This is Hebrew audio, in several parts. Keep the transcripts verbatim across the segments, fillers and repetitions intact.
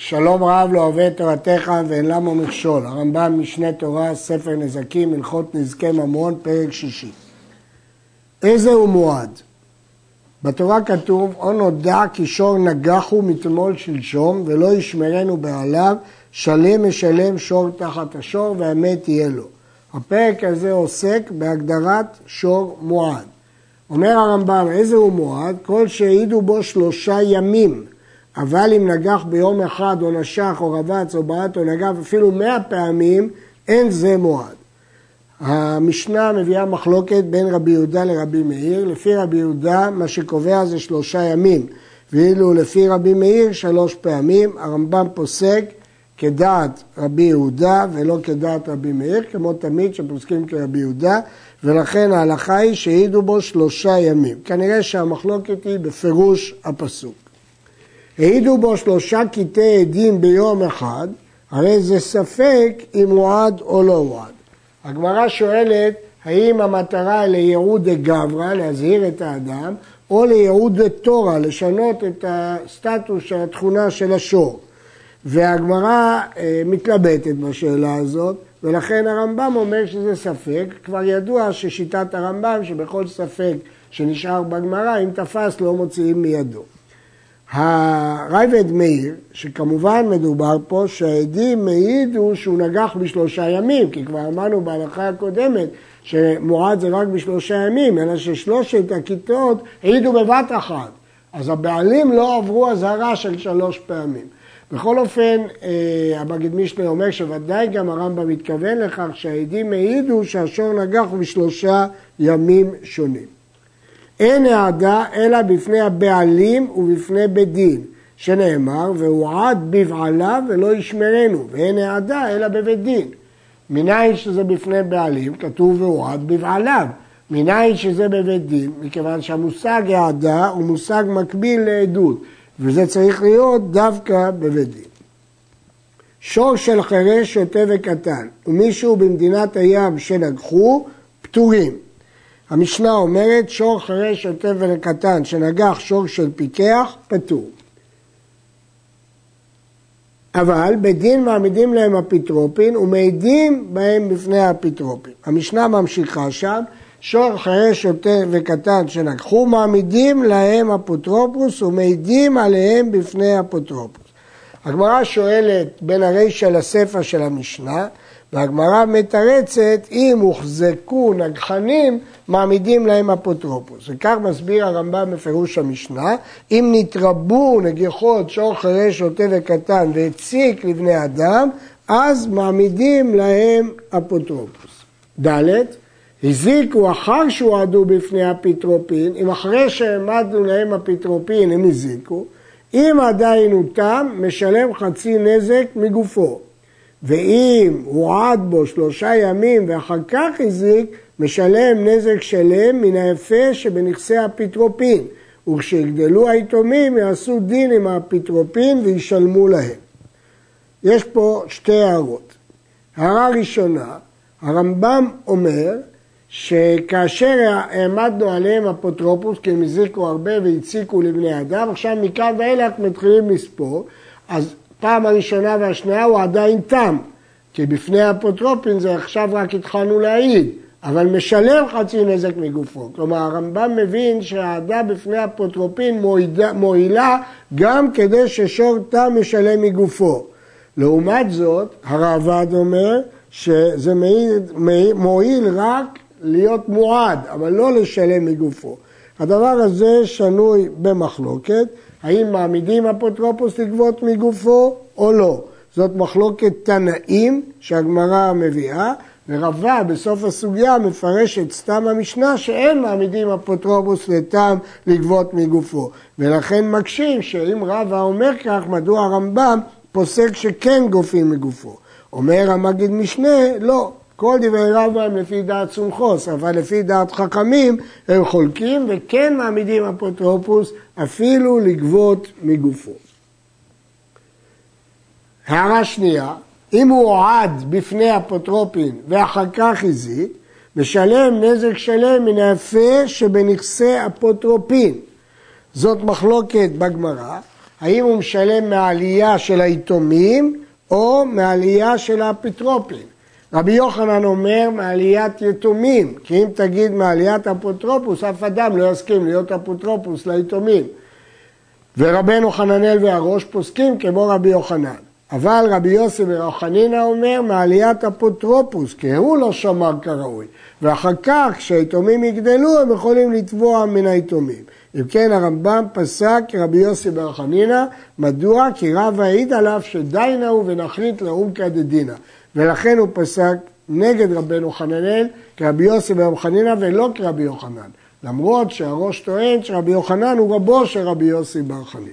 שלום רב לא אוהב את תורתך ואין למה מכשול. הרמב"ם משנה תורה, ספר נזקים, הלכות נזקי ממון, פרק שישי. איזה הוא מועד? בתורה כתוב, או נודע כי שור נגחו מתמול שלשום ולא ישמרנו בעליו, שלם משלם שור תחת השור והמת יהיה לו. הפרק הזה עוסק בהגדרת שור מועד. אומר הרמב"ם, איזה הוא מועד? כל שהעידו בו שלושה ימים. אבל אם נגח ביום אחד או נשך או רבץ או בעט או נגח אפילו מאה פעמים, אין זה מועד. המשנה מביאה מחלוקת בין רבי יהודה לרבי מאיר. לפי רבי יהודה מה שקובע זה שלושה ימים, ואילו לפי רבי מאיר שלוש פעמים. הרמב"ם פוסק כדעת רבי יהודה ולא כדעת רבי מאיר, כמו תמיד שפוסקים כרבי יהודה, ולכן ההלכה היא שהעידו בו שלושה ימים. כנראה שהמחלוקת היא בפירוש הפסוק. העידו בו שלושה קטעי עדים ביום אחד, הרי זה ספק אם מועד או לא מועד. הגמרא שואלת, האם המטרה לייעוד דגברא, להזהיר את האדם, או לייעוד דתורה, לשנות את הסטטוס של התכונה של השור. והגמרא אה, מתלבטת בשאלה הזאת, ולכן הרמב"ם אומר שזה ספק. כבר ידוע ששיטת הרמב"ם, שבכל ספק שנשאר בגמרא, אם תפס לא מוציאים מידו. הרייבד מאיר, שכמובן מדובר פה שהעדים מעידו שהוא נגח בשלושה ימים, כי כבר אמרנו בהלכה הקודמת שמועד זה רק בשלושה ימים, אלא ששלושת הכיתות העידו בבת אחת. אז הבעלים לא עברו הזהרה של שלוש פעמים. בכל אופן, המגיד משנה אומר שוודאי גם הרמב"ם מתכוון לכך שהעדים העידו שהשור נגח בשלושה ימים שונים. אין העדה אלא בפני הבעלים ובפני בית דין, שנאמר, והועד בבעליו ולא ישמרנו, ואין העדה אלא בבית דין. מניין שזה בפני בעלים, כתוב והועד בבעליו. מניין שזה בבית דין, מכיוון שהמושג העדה הוא מושג מקביל לעדות, וזה צריך להיות דווקא בבית דין. שור של חירש שוטה וקטן, ומישהו במדינת הים שנגחו, פטורים. המשנה אומרת, שור חירש שוטה וקטן שנגח שור של פיקח, פטור. אבל בדין מעמידים להם אפוטרופין ומעידים בהם בפני האפוטרופין. המשנה ממשיכה שם, שור חירש שוטה וקטן שנגחו, מעמידים להם אפוטרופוס ומעידים עליהם בפני האפוטרופוס. הגמרא שואלת בין הרישא לסיפא של המשנה, והגמרא מתרצת, אם הוחזקו נגחנים, מעמידים להם אפוטרופוס. וכך מסביר הרמב"ם בפירוש המשנה, אם נתרבו נגיחות שור חירש שוטה וקטן והציק לבני אדם, אז מעמידים להם אפוטרופוס. ד' הזיקו אחר שהועדו בפני האפוטרופין, אם אחרי שהעמדנו להם אפוטרופין הם הזיקו, אם עדיין הוא תם, משלם חצי נזק מגופו. ואם הועד בו שלושה ימים ואחר כך הזיק, משלם נזק שלם מן היפה שבנכסי האפוטרופין, וכשיגדלו היתומים יעשו דין עם האפוטרופין וישלמו להם. יש פה שתי הערות. הערה ראשונה, הרמב"ם אומר שכאשר העמדנו עליהם אפוטרופוס, כי הם הזיקו הרבה והציקו לבני אדם, עכשיו מכאן ואילך מתחילים לספור, אז פעם הראשונה והשנייה הוא עדיין תם, כי בפני האפוטרופין זה עכשיו רק התחלנו להעיד, אבל משלם חצי נזק מגופו. כלומר הרמב"ם מבין שהעדה בפני האפוטרופין מועילה, מועילה גם כדי ששור תם משלם מגופו. לעומת זאת הרעב"ד אומר שזה מועיל, מועיל רק להיות מועד, אבל לא לשלם מגופו. הדבר הזה שנוי במחלוקת, האם מעמידים אפוטרופוס לגבות מגופו או לא. זאת מחלוקת תנאים שהגמרא מביאה, ורבא בסוף הסוגיה מפרשת סתם המשנה שאין מעמידים אפוטרופוס לתם לגבות מגופו. ולכן מקשים שאם רבא אומר כך, מדוע הרמב"ם פוסק שכן גופים מגופו. אומר המגיד משנה, לא. כל דברי רבא הם לפי דעת סומכוס, אבל לפי דעת חכמים הם חולקים וכן מעמידים אפוטרופוס אפילו לגבות מגופו. הערה שנייה, אם הוא הועד בפני אפוטרופין ואחר כך הזיק, משלם נזק שלם מן היפה שבנכסי אפוטרופין. זאת מחלוקת בגמרא, האם הוא משלם מהעלייה של היתומים או מהעלייה של האפיטרופים. רבי יוחנן אומר מעליית יתומים, כי אם תגיד מעליית אפוטרופוס, אף אדם לא יסכים להיות אפוטרופוס ליתומים. ורבנו חננאל והראש פוסקים כמו רבי יוחנן. אבל רבי יוסי בר חנינא אומר מעליית אפוטרופוס, כי הוא לא שמר כראוי. ואחר כך כשהיתומים יגדלו הם יכולים לתבוע מן היתומים. אם כן הרמב"ם פסק כרבי יוסי בר חנינא, מדוע? כי רב העיד עליו שדיינה הוא ונחליט לאומקא דדינא. ולכן הוא פסק נגד רבנו חננאל כרבי יוסי בר חנינא ולא כרבי יוחנן. למרות שהראש טוען שרבי יוחנן הוא רבו של רבי יוסי בר חנינא.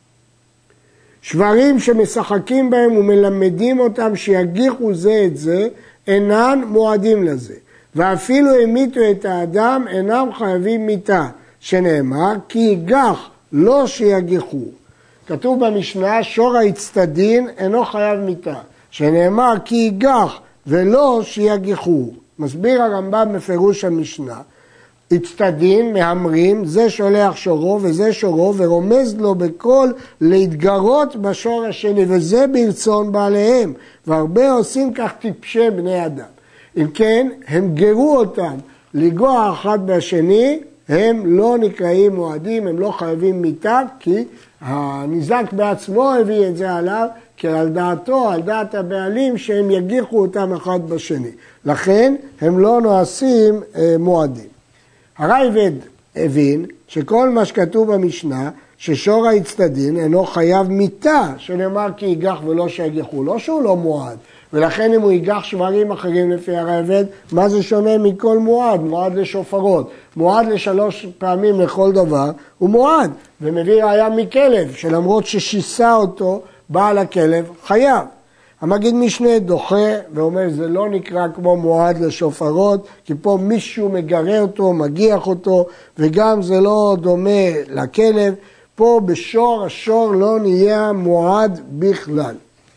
שברים שמשחקים בהם ומלמדים אותם שיגיחו זה את זה, אינן מועדים לזה. ואפילו המיתו את האדם, אינם חייבים מיתה, שנאמר, כי ייגח, לא שיגיחו. כתוב במשנה, שור האצטדין אינו חייב מיתה, שנאמר, כי ייגח, ולא שיגיחו. מסביר הרמב"ם בפירוש המשנה, אצטדין, מהמרים, זה שולח שורו וזה שורו, ורומז לו בכל להתגרות בשור השני, וזה ברצון בעליהם, והרבה עושים כך טיפשי בני אדם. אם כן, הם גרו אותם לגוע אחד בשני, הם לא נקראים מועדים, הם לא חייבים מיתה, כי הניזק בעצמו הביא את זה עליו, כי על דעתו, על דעת הבעלים, שהם יגיחו אותם אחד בשני. לכן, הם לא נועשים אה, מועדים. הרייבד הבין שכל מה שכתוב במשנה, ששור האצטדין אינו חייב מיתה, שנאמר כי ייגח ולא שיגיחו, לא שהוא לא מועד. ולכן אם הוא ייגח שברים אחרים לפי הרייבד, מה זה שונה מכל מועד? מועד לשופרות. מועד לשלוש פעמים לכל דבר, הוא מועד. ומביא ראיה מכלב, שלמרות ששיסה אותו, בעל הכלב חייב. המגיד משנה דוחה ואומר זה לא נקרא כמו מועד לשופרות, כי פה מישהו מגרה אותו, מגיח אותו, וגם זה לא דומה לכלב. פה בשור, השור לא נהיה מועד בכלל.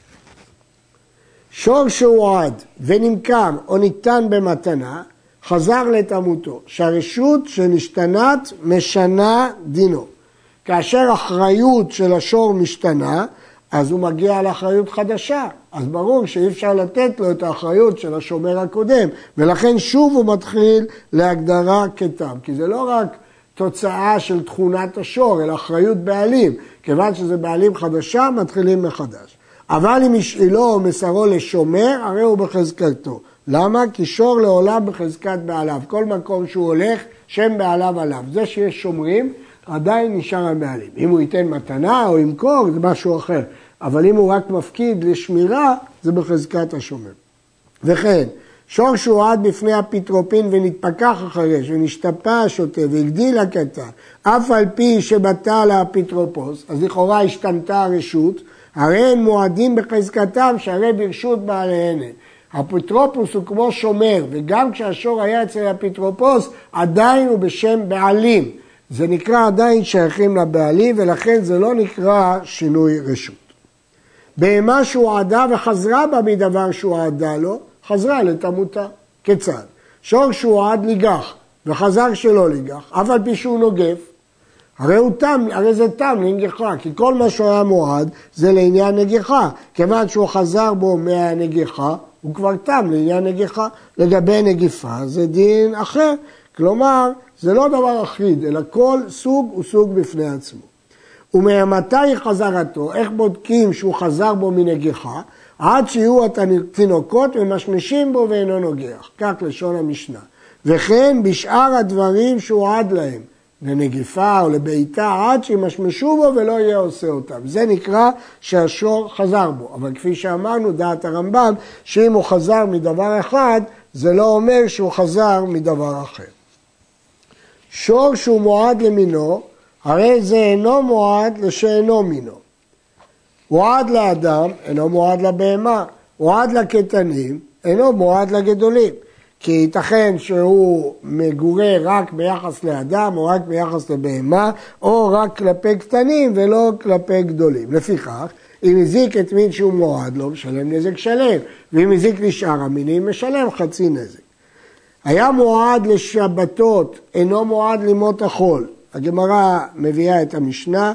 שור שהועד ונמכר או ניתן במתנה, חזר לתמותו, שהרשות שנשתנת משנה דינו. כאשר אחריות של השור משתנה, אז הוא מגיע לאחריות חדשה. אז ברור שאי אפשר לתת לו את האחריות של השומר הקודם, ולכן שוב הוא מתחיל להגדרה כתם, כי זה לא רק תוצאה של תכונת השור, אלא אחריות בעלים. כיוון שזה בעלים חדשה, מתחילים מחדש. אבל אם השאילו או מסרו לשומר, הרי הוא בחזקתו. למה? כי שור לעולם בחזקת בעליו. כל מקום שהוא הולך, שם בעליו עליו. זה שיש שומרים, עדיין נשאר הבעלים. אם הוא ייתן מתנה או ימכור, זה משהו אחר. אבל אם הוא רק מפקיד לשמירה, זה בחזקת השומר. וכן, שור שהועד בפני האפיטרופין ונתפקח אחרי, ונשתפע השוטה והגדיל הקטן, אף על פי שבטל האפיטרופוס, אז לכאורה השתנתה הרשות, הרי הם מועדים בחזקתם שהרי ברשות בעליהן. האפיטרופוס הוא כמו שומר, וגם כשהשור היה אצל האפיטרופוס, עדיין הוא בשם בעלים. זה נקרא עדיין שייכים לבעלים, ולכן זה לא נקרא שינוי רשות. בהמה שהועדה וחזרה בה מדבר שהועדה לו, חזרה לתמותה. כיצד? שור שהועד ליגח, וחזר שלא ליגח, אף על פי שהוא נוגף, הרי, הוא תם, הרי זה תם לנגיחה, כי כל מה שהוא היה מועד זה לעניין נגיחה. כיוון שהוא חזר בו מהנגיחה, הוא כבר תם לעניין נגיחה. לגבי נגיפה זה דין אחר. כלומר, זה לא דבר אחיד, אלא כל סוג הוא סוג בפני עצמו. וממתי חזרתו, איך בודקים שהוא חזר בו מנגיחה, עד שיהיו התינוקות ומשמשים בו ואינו נוגח. כך לשון המשנה. וכן בשאר הדברים שהוא עד להם. לנגיפה או לבעיטה עד שימשמשו בו ולא יהיה עושה אותם. זה נקרא שהשור חזר בו. אבל כפי שאמרנו, דעת הרמב"ם, שאם הוא חזר מדבר אחד, זה לא אומר שהוא חזר מדבר אחר. שור שהוא מועד למינו, הרי זה אינו מועד לשאינו מינו. מועד לאדם, אינו מועד לבהמה. מועד לקטנים, אינו מועד לגדולים. כי ייתכן שהוא מגורה רק ביחס לאדם, או רק ביחס לבהמה, או רק כלפי קטנים ולא כלפי גדולים. לפיכך, אם הזיק את מין שהוא מועד לו, משלם נזק שלם, ואם הזיק לשאר המינים, משלם חצי נזק. היה מועד לשבתות, אינו מועד לימות החול. הגמרא מביאה את המשנה,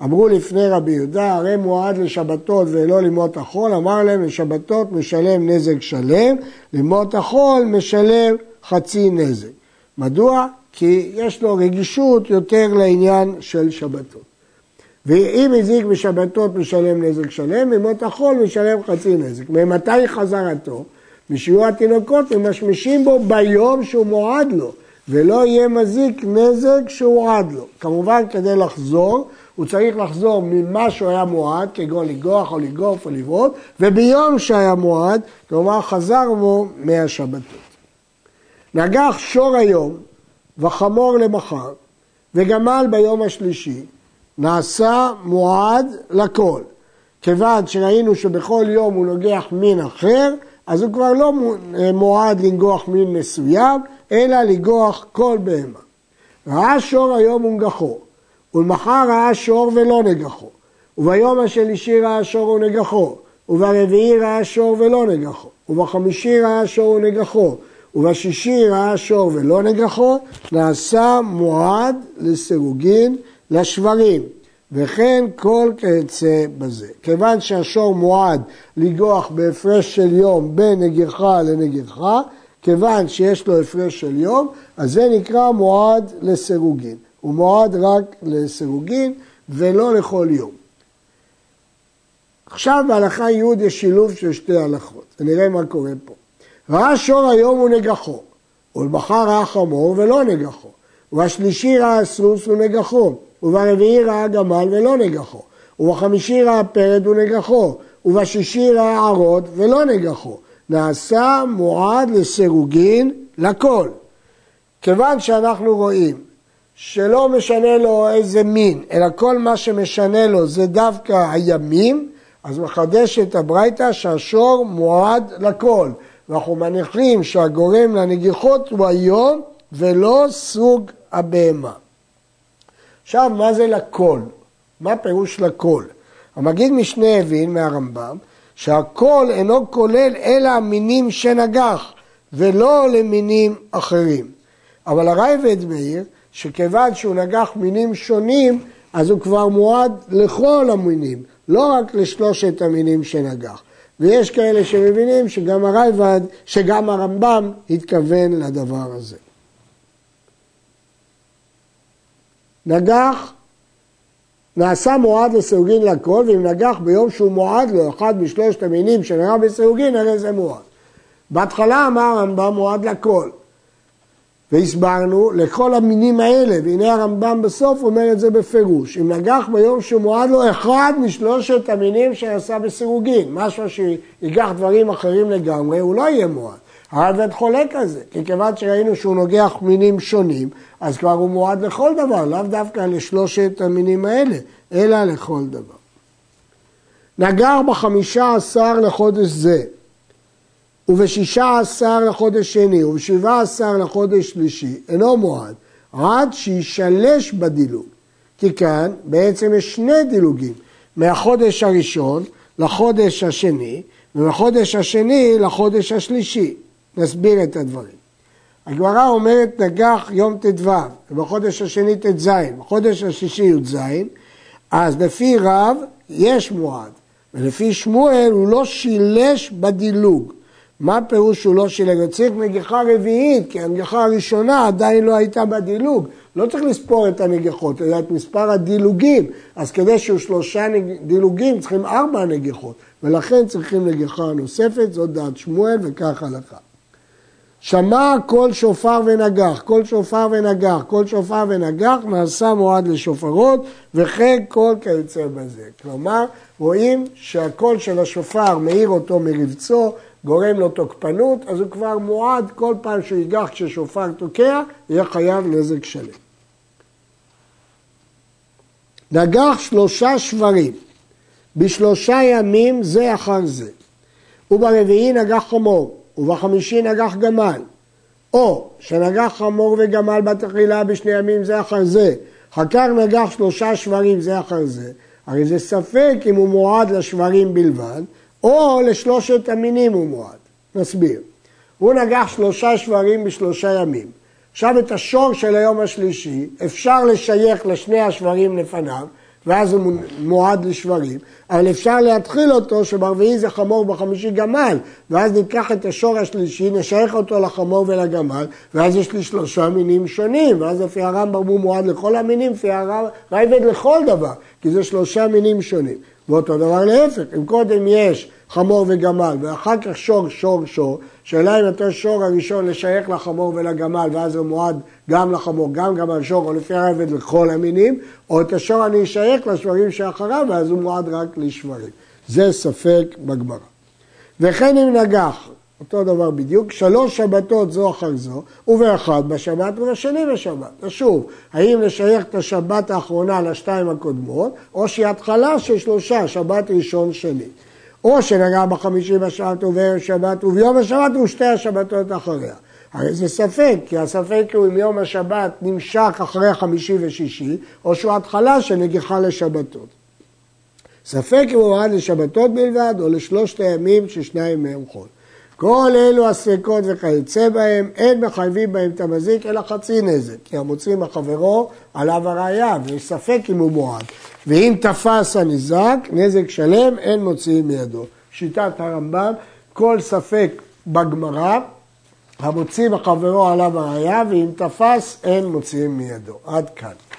אמרו לפני רבי יהודה, הרי מועד לשבתות ולא לימות החול, אמר להם לשבתות משלם נזק שלם, לימות החול משלם חצי נזק. מדוע? כי יש לו רגישות יותר לעניין של שבתות. ואם הזיק בשבתות משלם נזק שלם, לימות החול משלם חצי נזק. ממתי חזרתו? משיעור התינוקות ומשמישים בו ביום שהוא מועד לו, ולא יהיה מזיק נזק שהועד לו. כמובן כדי לחזור, הוא צריך לחזור ממה שהוא היה מועד, כגון לגוח או לגוף או לברות, וביום שהיה מועד, כלומר חזר בו מהשבתות. נגח שור היום וחמור למחר, וגמל ביום השלישי, נעשה מועד לכל. כיוון שראינו שבכל יום הוא נוגח מין אחר, אז הוא כבר לא מועד לנגוח מין מסוים, אלא לגוח כל בהמה. ראה שור היום ונגחו, ולמחר ראה שור ולא נגחו, וביום השלישי ראה שור ונגחו, וברביעי ראה שור ולא נגחו, ובחמישי ראה שור ונגחו, ובשישי ראה שור ולא נגחו, נעשה מועד לסירוגין לשברים, וכן כל כיוצא בזה. כיוון שהשור מועד לגוח בהפרש של יום בין נגיחה לנגיחה, כיוון שיש לו הפרש של יום, אז זה נקרא מועד לסירוגין. הוא מועד רק לסירוגין ולא לכל יום. עכשיו בהלכה י' יש שילוב של שתי הלכות. נראה מה קורה פה. ראה שור היום ונגחו, ולמחר ראה חמור ולא נגחו, ובשלישי ראה סוס ונגחו, וברביעי ראה גמל ולא נגחו, ובחמישי ראה פרד ונגחו, ובשישי ראה ערות ולא נגחו. נעשה מועד לסירוגין לכל. כיוון שאנחנו רואים שלא משנה לו איזה מין, אלא כל מה שמשנה לו זה דווקא הימים, אז מחדשת הברייתא שהשור מועד לכל. ואנחנו מניחים שהגורם לנגיחות הוא היום ולא סוג הבהמה. עכשיו, מה זה לכל? מה פירוש לכל? המגיד משנה הבין מהרמב"ם שהכל אינו כולל אלא המינים שנגח ולא למינים אחרים. אבל הרייבד מאיר שכיוון שהוא נגח מינים שונים, אז הוא כבר מועד לכל המינים, לא רק לשלושת המינים שנגח. ויש כאלה שמבינים שגם הרייבד, שגם הרמב"ם התכוון לדבר הזה. נגח, נעשה מועד לסירוגין לכל, ואם נגח ביום שהוא מועד לו, אחד משלושת המינים שנגח בסירוגין, הרי זה מועד. בהתחלה אמר הרמב"ם מועד לכל, והסברנו לכל המינים האלה, והנה הרמב"ם בסוף אומר את זה בפירוש. אם נגח ביום שהוא מועד לו, אחד משלושת המינים שעשה בסירוגין, משהו שיגח דברים אחרים לגמרי, הוא לא יהיה מועד. הרייבד חולק על זה, כי כיוון שראינו שהוא נוגח מינים שונים, אז כבר הוא מועד לכל דבר, לאו דווקא לשלושת המינים האלה, אלא לכל דבר. נגח בחמישה עשר לחודש זה, ובשישה עשר לחודש שני, ובשבעה עשר לחודש שלישי, אינו מועד, עד שישלש בדילוג. כי כאן בעצם יש שני דילוגים, מהחודש הראשון לחודש השני, ומהחודש השני לחודש השלישי. נסביר את הדברים. הגמרא אומרת נגח יום ט"ו, ובחודש השני ט"ז, בחודש השישי י"ז, אז לפי רב יש מועד, ולפי שמואל הוא לא שילש בדילוג. מה פירוש שהוא לא שילג? צריך נגיחה רביעית, כי הנגיחה הראשונה עדיין לא הייתה בדילוג. לא צריך לספור את הנגיחות, אלא את מספר הדילוגים. אז כדי שהוא שלושה דילוגים, צריכים ארבע נגיחות. ולכן צריכים נגיחה נוספת, זאת דעת שמואל וכך הלכה. שמע כל שופר ונגח, כל שופר ונגח, כל שופר ונגח, נעשה מועד לשופרות, וכן כל כיוצא בזה. כלומר, רואים שהקול של השופר מאיר אותו מרבצו, גורם לו תוקפנות, אז הוא כבר מועד כל פעם שהוא ייגח כששופר תוקע, יהיה חייב נזק שלם. נגח שלושה שברים, בשלושה ימים זה אחר זה, וברביעי נגח חמור, ובחמישי נגח גמל, או שנגח חמור וגמל בתחילה בשני ימים זה אחר זה, אחר כך נגח שלושה שברים זה אחר זה, הרי זה ספק אם הוא מועד לשברים בלבד, או לשלושת המינים הוא מועד. נסביר. הוא נגח שלושה שברים בשלושה ימים. עכשיו את השור של היום השלישי אפשר לשייך לשני השברים לפניו, ואז הוא מועד לשברים, אבל אפשר להתחיל אותו שברביעי זה חמור, בחמישי גמל, ואז ניקח את השור השלישי, נשייך אותו לחמור ולגמל, ואז יש לי שלושה מינים שונים, ואז לפי הרמב"ם הוא מועד לכל המינים, לפי הרייבד לכל דבר, כי זה שלושה מינים שונים. ואותו דבר להפך, אם קודם יש חמור וגמל, ואחר כך שור, שור, שור, שאלה אם אותו שור הראשון לשייך לחמור ולגמל, ואז הוא מועד גם לחמור, גם גמל שור, או לפי הרייבד לכל המינים, או את השור אני אשייך לשברים שאחריו, ואז הוא מועד רק לשברים. זה ספק בגמרא. וכן אם נגח, אותו דבר בדיוק, שלוש שבתות זו אחר זו, ובאחד בשבת ובשני בשבת. שוב, האם לשייך את השבת האחרונה לשתיים הקודמות, או שהיא התחלה של שלושה, שבת ראשון שני. או שנגע בחמישי בשבת ובערב שבת וביום השבת ושתי השבתות אחריה. הרי זה ספק, כי הספק הוא אם יום השבת נמשך אחרי חמישי ושישי, או שהוא התחלה שנגיחה לשבתות. ספק אם הוא מועד לשבתות בלבד, או לשלושת הימים ששניים מהם חול. כל אלו הספקות וכיוצא בהם, אין מחייבים בהם את המזיק, אלא חצי נזק, כי המוצאים מחברו עליו הראייה, ויש ספק אם הוא מועד. ואם תפס הנזק, נזק שלם, אין מוציאים מידו. שיטת הרמב"ם, כל ספק בגמרא, המוצאים מחברו עליו הראייה, ואם תפס, אין מוציאים מידו. עד כאן.